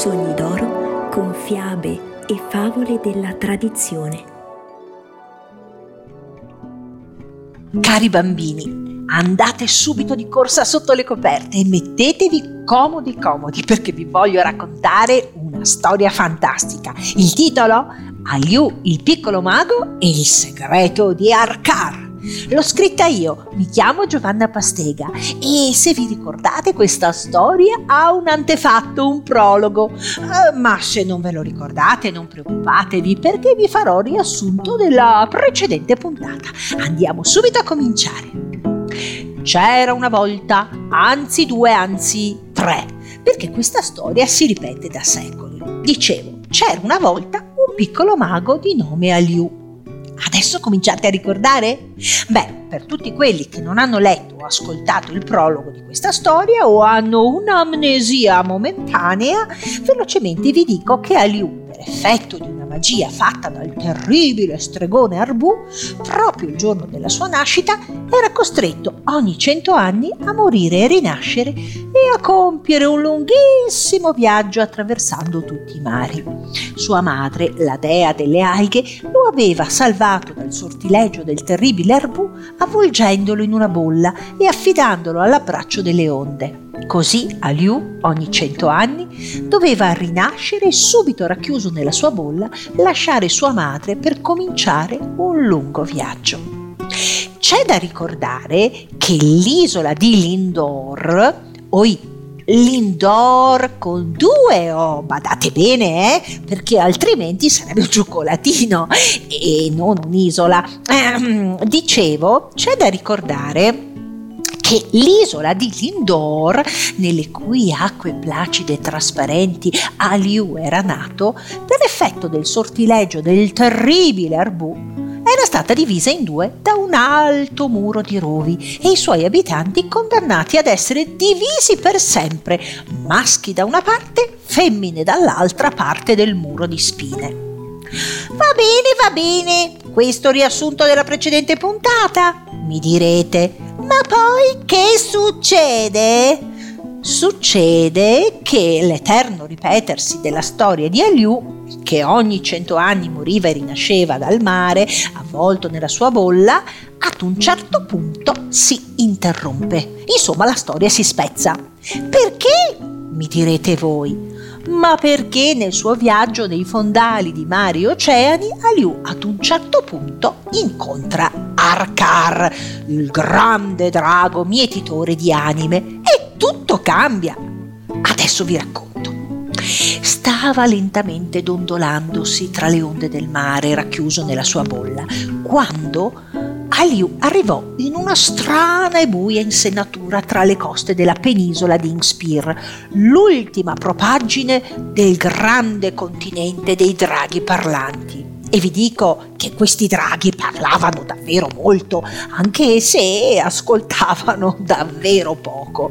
Sogni d'oro con fiabe e favole della tradizione. Cari bambini, andate subito di corsa sotto le coperte e mettetevi comodi perché vi voglio raccontare una storia fantastica. Il titolo: Aliù, il piccolo mago e il segreto di Arcar. L'ho scritta io, mi chiamo Giovanna Pastega e se vi ricordate questa storia ha un antefatto, un prologo, ma se non ve lo ricordate non preoccupatevi perché vi farò riassunto della precedente puntata. Andiamo subito a cominciare. C'era una volta, anzi due, anzi tre, perché questa storia si ripete da secoli. Dicevo, c'era una volta un piccolo mago di nome Aliù. Adesso cominciate a ricordare? Beh, per tutti quelli che non hanno letto o ascoltato il prologo di questa storia o hanno un'amnesia momentanea, velocemente vi dico che Aliù, per effetto di una magia fatta dal terribile stregone Arbù, proprio il giorno della sua nascita, era costretto ogni 100 anni a morire e rinascere e a compiere un lunghissimo viaggio attraversando tutti i mari. Sua madre, la dea delle alghe, lo aveva salvato dal sortilegio del terribile Arbù avvolgendolo in una bolla e affidandolo all'abbraccio delle onde. Così Aliù, ogni 100 anni, doveva rinascere e subito racchiuso nella sua bolla lasciare sua madre per cominciare un lungo viaggio. C'è da ricordare che l'isola di Lindor, Lindor con due O, badate bene, perché altrimenti sarebbe un cioccolatino e non un'isola. Dicevo, c'è da ricordare che l'isola di Lindor, nelle cui acque placide e trasparenti Aliù era nato, per effetto del sortilegio del terribile Arbù, era stata divisa in due da un alto muro di rovi e i suoi abitanti condannati ad essere divisi per sempre, maschi da una parte, femmine dall'altra parte del muro di spine. Va bene, questo riassunto della precedente puntata, mi direte, ma poi che succede? Succede che l'eterno ripetersi della storia di Aliù, che ogni 100 anni moriva e rinasceva dal mare, avvolto nella sua bolla, ad un certo punto si interrompe. Insomma, la storia si spezza. Perché? Mi direte voi. Ma perché nel suo viaggio nei fondali di mari e oceani Aliù ad un certo punto incontra Arcar, il grande drago mietitore di anime, e tutto cambia. Adesso vi racconto. Stava lentamente dondolandosi tra le onde del mare, racchiuso nella sua bolla, quando Aliù arrivò in una strana e buia insenatura tra le coste della penisola di Ingspir, l'ultima propaggine del grande continente dei draghi parlanti. E vi dico che questi draghi parlavano davvero molto, anche se ascoltavano davvero poco.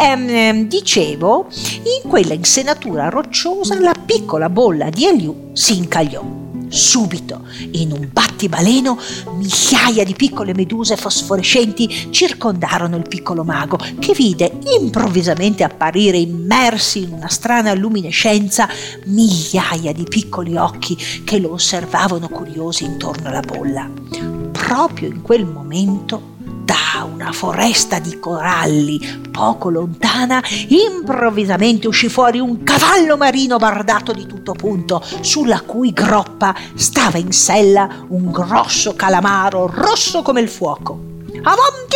Dicevo, in quella insenatura rocciosa la piccola bolla di Aliù si incagliò. Subito, in un battibaleno, migliaia di piccole meduse fosforescenti circondarono il piccolo mago, che vide improvvisamente apparire immersi in una strana luminescenza migliaia di piccoli occhi che lo osservavano curiosi intorno alla bolla. Proprio in quel momento, da una foresta di coralli poco lontana, improvvisamente uscì fuori un cavallo marino bardato di tutto punto, sulla cui groppa stava in sella un grosso calamaro rosso come il fuoco. Avanti,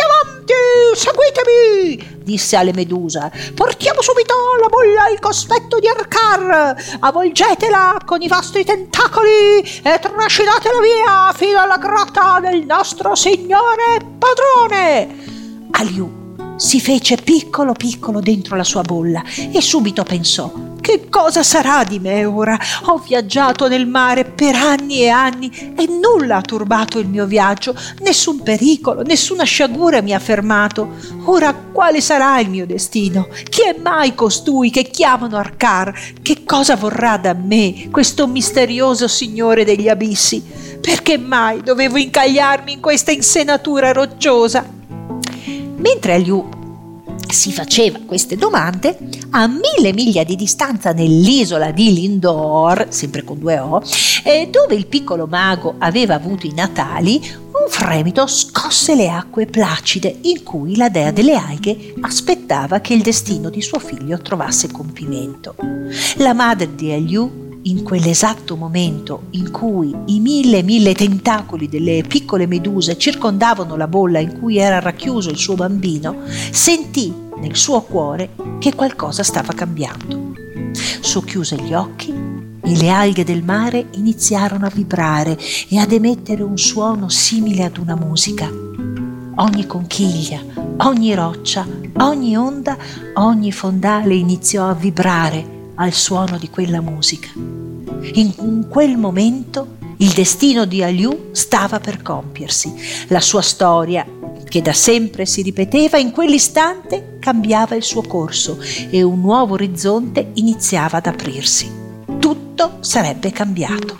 seguitemi, disse alle meduse. Portiamo subito la bolla al cospetto di Arcar, avvolgetela con i vostri tentacoli e trascinatela via fino alla grotta del nostro signore padrone. Aliù si fece piccolo dentro la sua bolla e subito pensò: che cosa sarà di me ora? Ho viaggiato nel mare per anni e anni e nulla ha turbato il mio viaggio, nessun pericolo, nessuna sciagura mi ha fermato. Ora quale sarà il mio destino? Chi è mai costui che chiamano Arcar? Che cosa vorrà da me questo misterioso signore degli abissi? Perché mai dovevo incagliarmi in questa insenatura rocciosa? Mentre Aliù si faceva queste domande, a 1000 miglia di distanza nell'isola di Lindor, sempre con 2 O, dove il piccolo mago aveva avuto i natali, un fremito scosse le acque placide in cui la dea delle alghe aspettava che il destino di suo figlio trovasse compimento. La madre di Aliù, in quell'esatto momento in cui i 1000 tentacoli delle piccole meduse circondavano la bolla in cui era racchiuso il suo bambino, sentì nel suo cuore che qualcosa stava cambiando. Socchiuse gli occhi e le alghe del mare iniziarono a vibrare e ad emettere un suono simile ad una musica. Ogni conchiglia, ogni roccia, ogni onda, ogni fondale iniziò a vibrare al suono di quella musica. In quel momento il destino di Aliù stava per compiersi. La sua storia, che da sempre si ripeteva, in quell'istante cambiava il suo corso e un nuovo orizzonte iniziava ad aprirsi. Tutto sarebbe cambiato.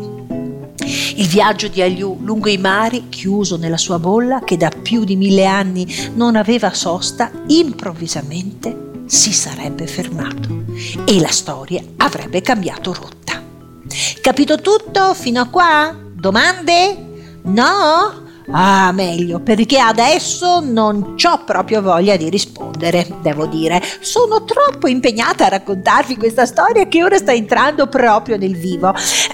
Il viaggio di Aliù lungo i mari, chiuso nella sua bolla che da più di 1000 anni non aveva sosta, improvvisamente si sarebbe fermato e la storia avrebbe cambiato rotta. Capito tutto fino a qua? Domande? No? Ah, meglio, perché adesso non c'ho proprio voglia di rispondere, devo dire. Sono troppo impegnata a raccontarvi questa storia che ora sta entrando proprio nel vivo.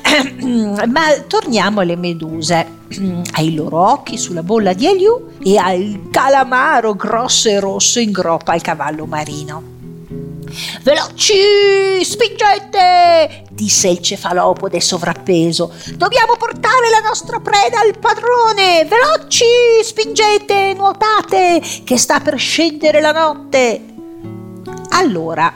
Ma torniamo alle meduse, ai loro occhi sulla bolla di Aliù e al calamaro grosso e rosso in groppa al cavallo marino. «Veloci, spingete!» disse il cefalopode sovrappeso. «Dobbiamo portare la nostra preda al padrone! Veloci, spingete, nuotate, che sta per scendere la notte!» Allora,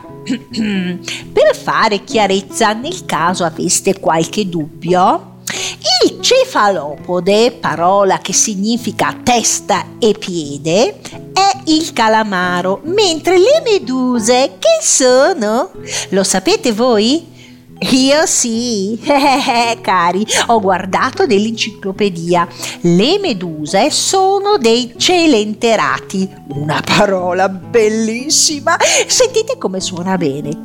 per fare chiarezza, nel caso aveste qualche dubbio, il cefalopode, parola che significa testa e piede, è il calamaro, mentre le meduse che sono? Lo sapete voi? Io sì, cari, ho guardato nell'enciclopedia. Le meduse sono dei celenterati, una parola bellissima. Sentite come suona bene,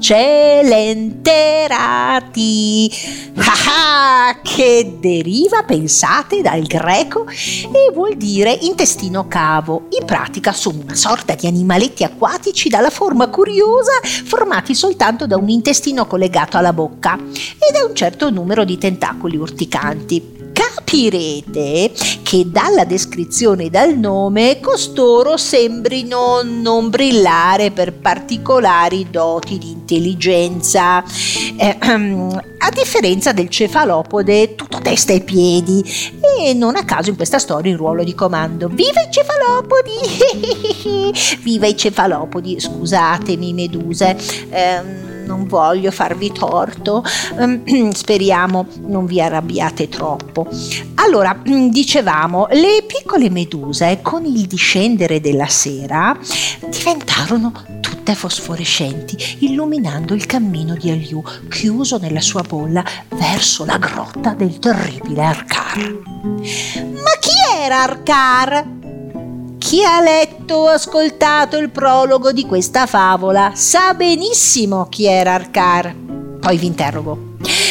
celenterati, che deriva, pensate, dal greco e vuol dire intestino cavo. In pratica sono una sorta di animaletti acquatici dalla forma curiosa, formati soltanto da un intestino collegato alla bocca e da un certo numero di tentacoli urticanti. Capirete che dalla descrizione e dal nome costoro sembrino non brillare per particolari doti di intelligenza, a differenza del cefalopode tutto testa e piedi, e non a caso in questa storia in ruolo di comando. Viva i cefalopodi! Viva i cefalopodi! Scusatemi meduse, non voglio farvi torto, speriamo non vi arrabbiate troppo. Allora, dicevamo, le piccole meduse con il discendere della sera diventarono tutte fosforescenti, illuminando il cammino di Aliù, chiuso nella sua bolla verso la grotta del terribile Arcar. Ma chi era Arcar? Chi ha letto o ascoltato il prologo di questa favola sa benissimo chi era Arcar. Poi vi interrogo.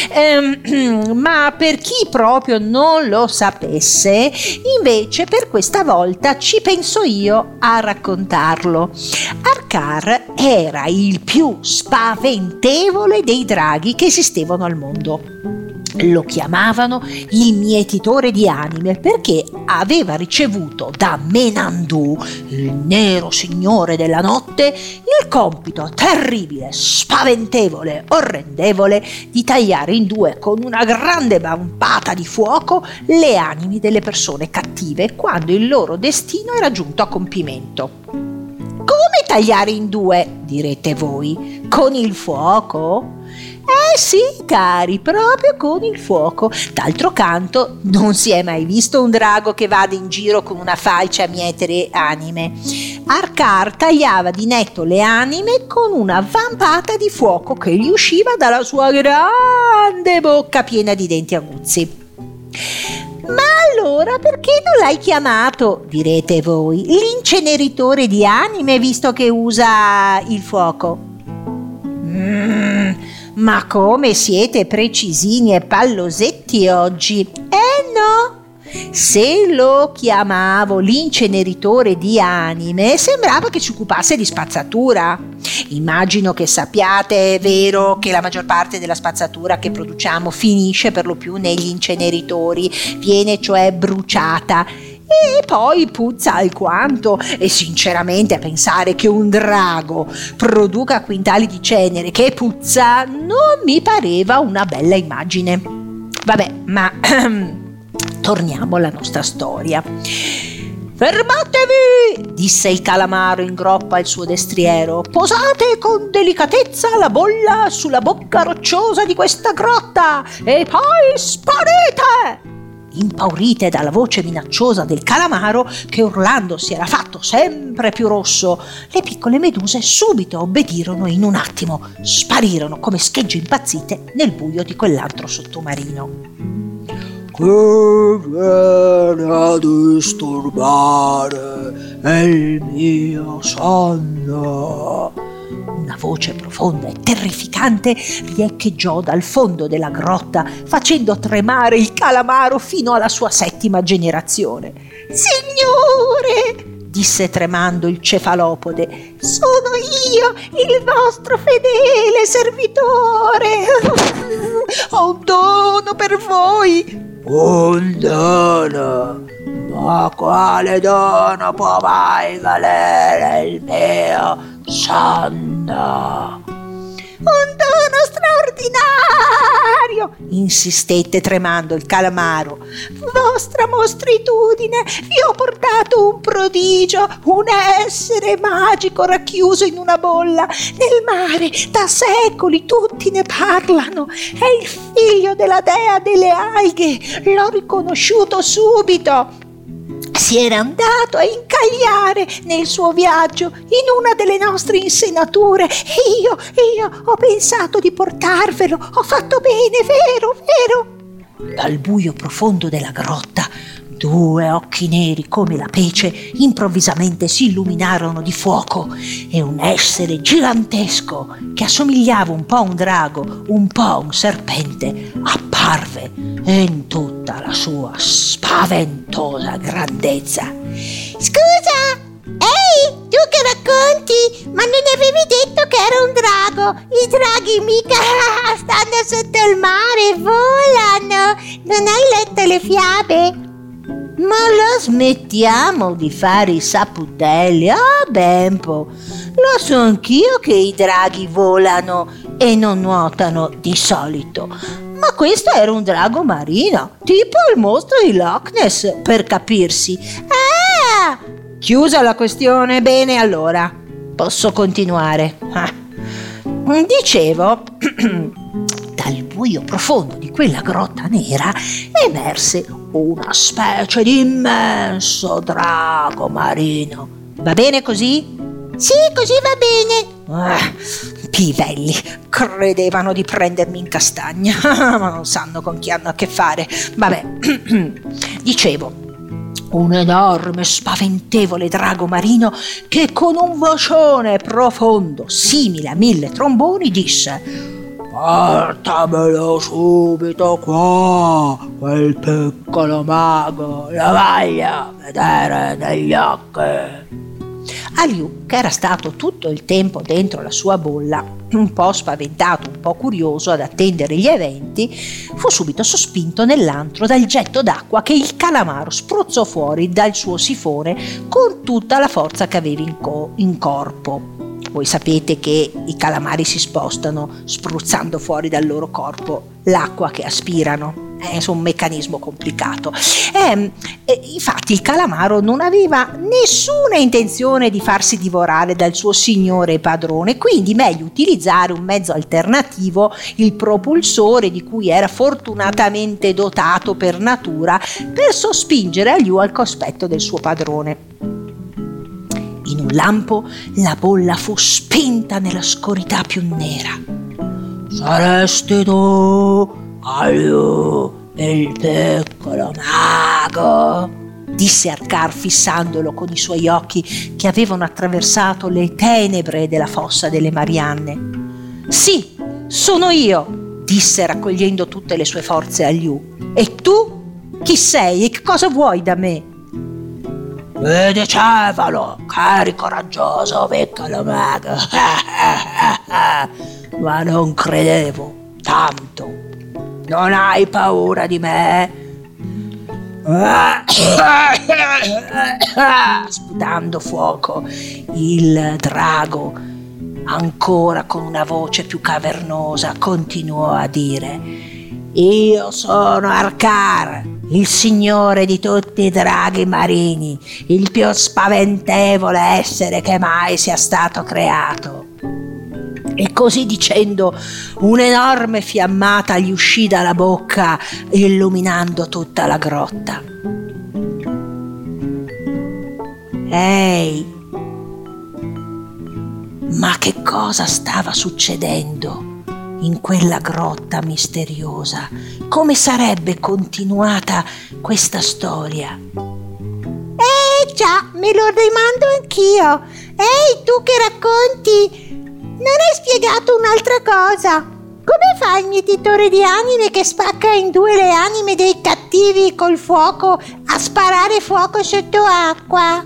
Ma per chi proprio non lo sapesse, invece per questa volta ci penso io a raccontarlo. Arcar era il più spaventevole dei draghi che esistevano al mondo. Lo chiamavano il mietitore di anime perché aveva ricevuto da Menandù, il nero signore della notte, il compito terribile, spaventevole, orrendevole di tagliare in due con una grande vampata di fuoco le anime delle persone cattive quando il loro destino era giunto a compimento. Come tagliare in due, direte voi? Con il fuoco? Sì, cari, proprio con il fuoco. D'altro canto, non si è mai visto un drago che vada in giro con una falce a mietere anime. Arcar tagliava di netto le anime con una vampata di fuoco che gli usciva dalla sua grande bocca piena di denti aguzzi. Ma allora perché non l'hai chiamato, direte voi, l'inceneritore di anime, visto che usa il fuoco? Ma come siete precisini e pallosetti oggi? No! Se lo chiamavo l'inceneritore di anime, sembrava che si occupasse di spazzatura. Immagino che sappiate, è vero, che la maggior parte della spazzatura che produciamo finisce per lo più negli inceneritori, viene cioè bruciata e poi puzza alquanto, e sinceramente pensare che un drago produca quintali di cenere che puzza non mi pareva una bella immagine. Vabbè, ma torniamo alla nostra storia. «Fermatevi!» disse il calamaro in groppa al suo destriero. «Posate con delicatezza la bolla sulla bocca rocciosa di questa grotta e poi sparite!» Impaurite dalla voce minacciosa del calamaro, che urlando si era fatto sempre più rosso, le piccole meduse subito obbedirono e in un attimo sparirono come schegge impazzite nel buio di quell'antro sottomarino. «Che viene a disturbare il mio sonno?» Una voce profonda e terrificante riecheggiò dal fondo della grotta, facendo tremare il calamaro fino alla sua 7ª generazione. «Signore!» disse tremando il cefalopode, «sono io, il vostro fedele servitore! Ho un dono per voi!» «Un dono? Ma quale dono può mai valere il mio sonno?» «Un dono straordinario!» insistette tremando il calamaro. «Vostra mostritudine, vi ho portato un prodigio, un essere magico racchiuso in una bolla. Nel mare da secoli tutti ne parlano. È il figlio della dea delle alghe. L'ho riconosciuto subito. Si era andato a incagliare nel suo viaggio in una delle nostre insenature e io ho pensato di portarvelo. Ho fatto bene, vero? Dal buio profondo della grotta 2 occhi neri come la pece improvvisamente si illuminarono di fuoco e un essere gigantesco che assomigliava un po' a un drago, un po' a un serpente, apparve in tutta la sua spaventosa grandezza. «Scusa! Ehi, tu che racconti? Ma non avevi detto che era un drago? I draghi mica stanno sotto il mare, volano! Non hai letto le fiabe?» «Ma la smettiamo di fare i saputelli, Bempo! Lo so anch'io che i draghi volano e non nuotano di solito, ma questo era un drago marino, tipo il mostro di Loch Ness, per capirsi. Ah! Chiusa la questione, bene allora, posso continuare. Dicevo, dal buio profondo di quella grotta nera emerse una specie di immenso drago marino. Va bene così? Sì, così va bene. Pivelli, credevano di prendermi in castagna, ma non sanno con chi hanno a che fare. Vabbè, dicevo, un enorme, spaventevole drago marino che con un vocione profondo, simile a 1000 tromboni, disse: «Portamelo subito qua, quel piccolo mago, lo voglio vedere negli occhi!» Aliù, che era stato tutto il tempo dentro la sua bolla, un po' spaventato, un po' curioso ad attendere gli eventi, fu subito sospinto nell'antro dal getto d'acqua che il calamaro spruzzò fuori dal suo sifone con tutta la forza che aveva in corpo. Voi sapete che i calamari si spostano spruzzando fuori dal loro corpo l'acqua che aspirano. È un meccanismo complicato. Infatti il calamaro non aveva nessuna intenzione di farsi divorare dal suo signore e padrone, quindi meglio utilizzare un mezzo alternativo, il propulsore di cui era fortunatamente dotato per natura, per sospingere Aliù al cospetto del suo padrone. In un lampo la bolla fu spinta nella scourità più nera. «Saresti tu, Aliù, il piccolo mago, disse Arcar fissandolo con i suoi occhi che avevano attraversato le tenebre della fossa delle Marianne. Sì, sono io, disse raccogliendo tutte le sue forze a Liu. E tu? Chi sei e che cosa vuoi da me? Mi dicevano che eri coraggioso, piccolo mago, ma non credevo tanto. Non hai paura di me? Sputando fuoco, il drago, ancora con una voce più cavernosa, continuò a dire: io sono Arcar, il signore di tutti i draghi marini, il più spaventevole essere che mai sia stato creato. E così dicendo, un'enorme fiammata gli uscì dalla bocca, illuminando tutta la grotta. Ehi! Ma che cosa stava succedendo in quella grotta misteriosa? Come sarebbe continuata questa storia? Già, me lo rimando anch'io. Ehi, tu che racconti! Non hai spiegato un'altra cosa. Come fa il mietitore di anime che spacca in due le anime dei cattivi col fuoco a sparare fuoco sotto acqua?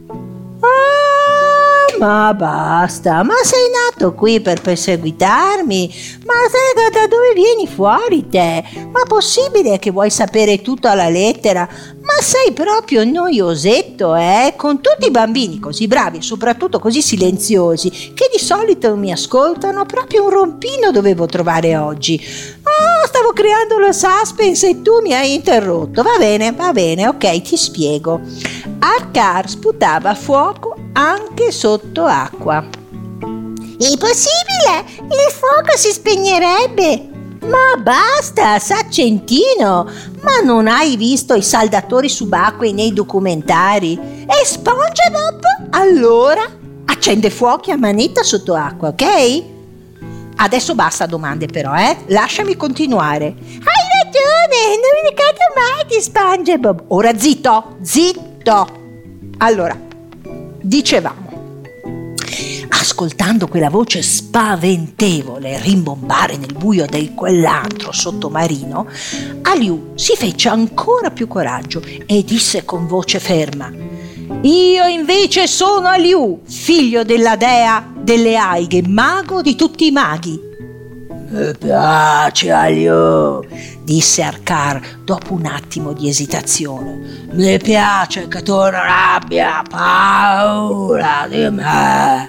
Ma basta, ma sei nato qui per perseguitarmi? Ma sai da dove vieni fuori te? Ma possibile che vuoi sapere tutto alla lettera? Ma sei proprio noiosetto, con tutti i bambini così bravi e soprattutto così silenziosi che di solito mi ascoltano, proprio un rompino dovevo trovare oggi. Stavo creando lo suspense e tu mi hai interrotto. Va bene, ok, ti spiego. Arcar sputava fuoco anche sotto acqua. È possibile? Il fuoco si spegnerebbe. Ma basta, saccentino! Ma non hai visto i saldatori subacquei nei documentari? E SpongeBob? Allora, accende fuochi a manetta sotto acqua, ok? Adesso basta domande però, Lasciami continuare. Hai ragione, non mi ricordo mai di SpongeBob. Ora zitto! Allora, dicevamo, ascoltando quella voce spaventevole rimbombare nel buio di quell'antro sottomarino, a Liu si fece ancora più coraggio e disse con voce ferma: io invece sono Liu, figlio della dea delle alghe, mago di tutti i maghi. Mi piace, Liu, disse Arcar dopo un attimo di esitazione. Mi piace che tu non abbia paura di me.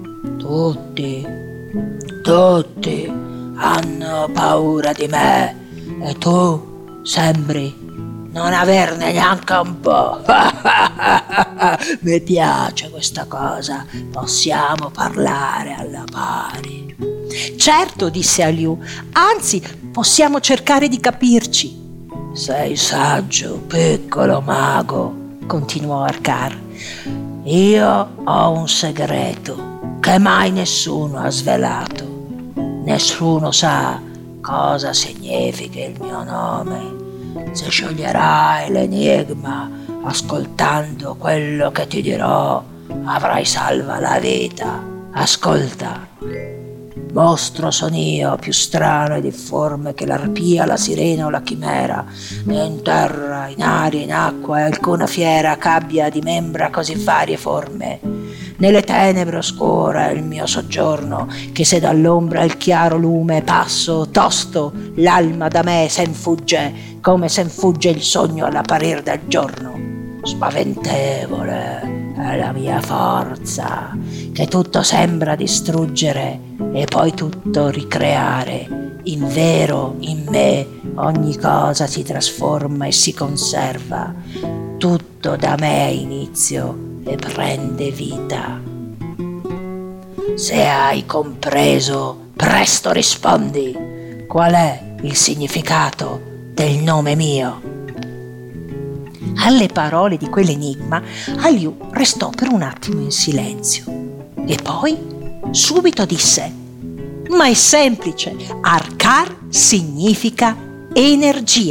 Tutti hanno paura di me e tu sembri non averne neanche un po'. Mi piace questa cosa, possiamo parlare alla pari. Certo, disse Liu, anzi possiamo cercare di capirci. Sei saggio, piccolo mago, continuò Arcar. Io ho un segreto che mai nessuno ha svelato. Nessuno sa cosa significa il mio nome. Se scioglierai l'enigma ascoltando quello che ti dirò, avrai salva la vita. Ascolta. Mostro son io, più strano e difforme che l'arpia, la sirena o la chimera, né in terra, in aria, in acqua e alcuna fiera ch'abbia di membra così varie forme. Nelle tenebre oscure è il mio soggiorno, che se dall'ombra al chiaro lume passo, tosto l'alma da me sen fugge, come sen fugge il sogno all'apparir del giorno. Spaventevole è la mia forza, che tutto sembra distruggere e poi tutto ricreare. Invero, in me, ogni cosa si trasforma e si conserva. Tutto da me ha inizio e prende vita. Se hai compreso, presto rispondi. Qual è il significato del nome mio? Alle parole di quell'enigma, Liu restò per un attimo in silenzio e poi subito disse: ma è semplice, Arcar significa energia.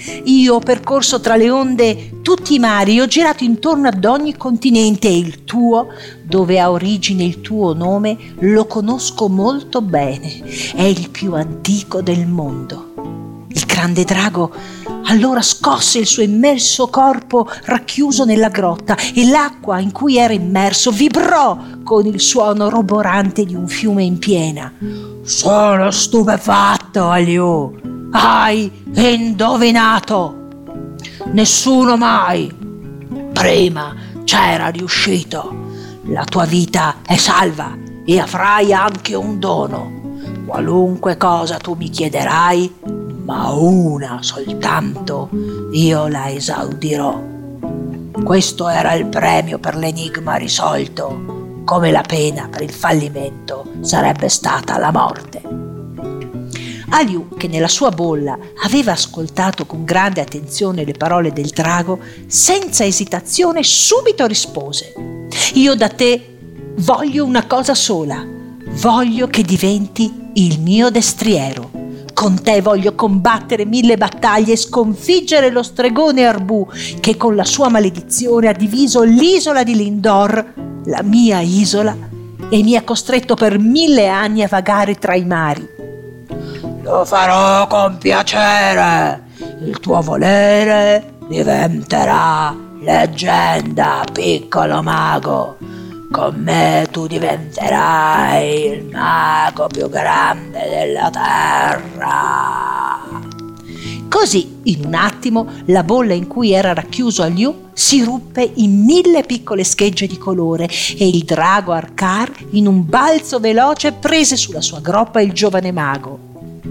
Io ho percorso tra le onde tutti i mari, ho girato intorno ad ogni continente e il tuo, dove ha origine il tuo nome, lo conosco molto bene. È il più antico del mondo. Il grande drago allora scosse il suo immenso corpo racchiuso nella grotta e l'acqua in cui era immerso vibrò con il suono roborante di un fiume in piena. Sono stupefatto, Aliù! Hai indovinato! Nessuno mai prima c'era riuscito. La tua vita è salva e avrai anche un dono. Qualunque cosa tu mi chiederai, ma una soltanto, io la esaudirò. Questo era il premio per l'enigma risolto, come la pena per il fallimento sarebbe stata la morte. Aliù, che nella sua bolla aveva ascoltato con grande attenzione le parole del drago, senza esitazione subito rispose: io da te voglio una cosa sola, voglio che diventi il mio destriero. Con te voglio combattere 1000 battaglie e sconfiggere lo stregone Arbù, che con la sua maledizione ha diviso l'isola di Lindor, la mia isola, e mi ha costretto per 1000 anni a vagare tra i mari. Lo farò con piacere. Il tuo volere diventerà leggenda, piccolo mago. Con me tu diventerai il mago più grande della terra. Così, in un attimo, la bolla in cui era racchiuso Aliù si ruppe in 1000 piccole schegge di colore e il drago Arcar, in un balzo veloce, prese sulla sua groppa il giovane mago.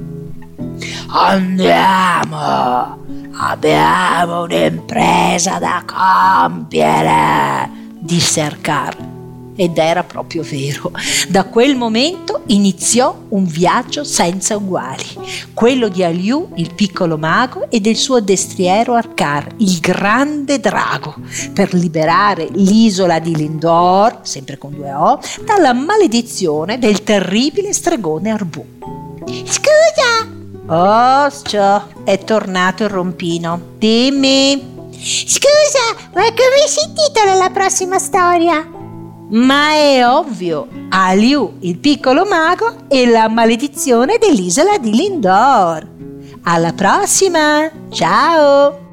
Andiamo! Abbiamo un'impresa da compiere, disse Arcar. Ed era proprio vero. Da quel momento iniziò un viaggio senza uguali, quello di Aliù, il piccolo mago, e del suo destriero Arcar, il grande drago, per liberare l'isola di Lindor, sempre con 2 O, dalla maledizione del terribile stregone Arbù. Scusa! Oscio, è tornato il rompino. Dimmi. Scusa, ma come si intitola la prossima storia? Ma è ovvio, Aliù, il piccolo mago, e la maledizione dell'isola di Lindor. Alla prossima, ciao!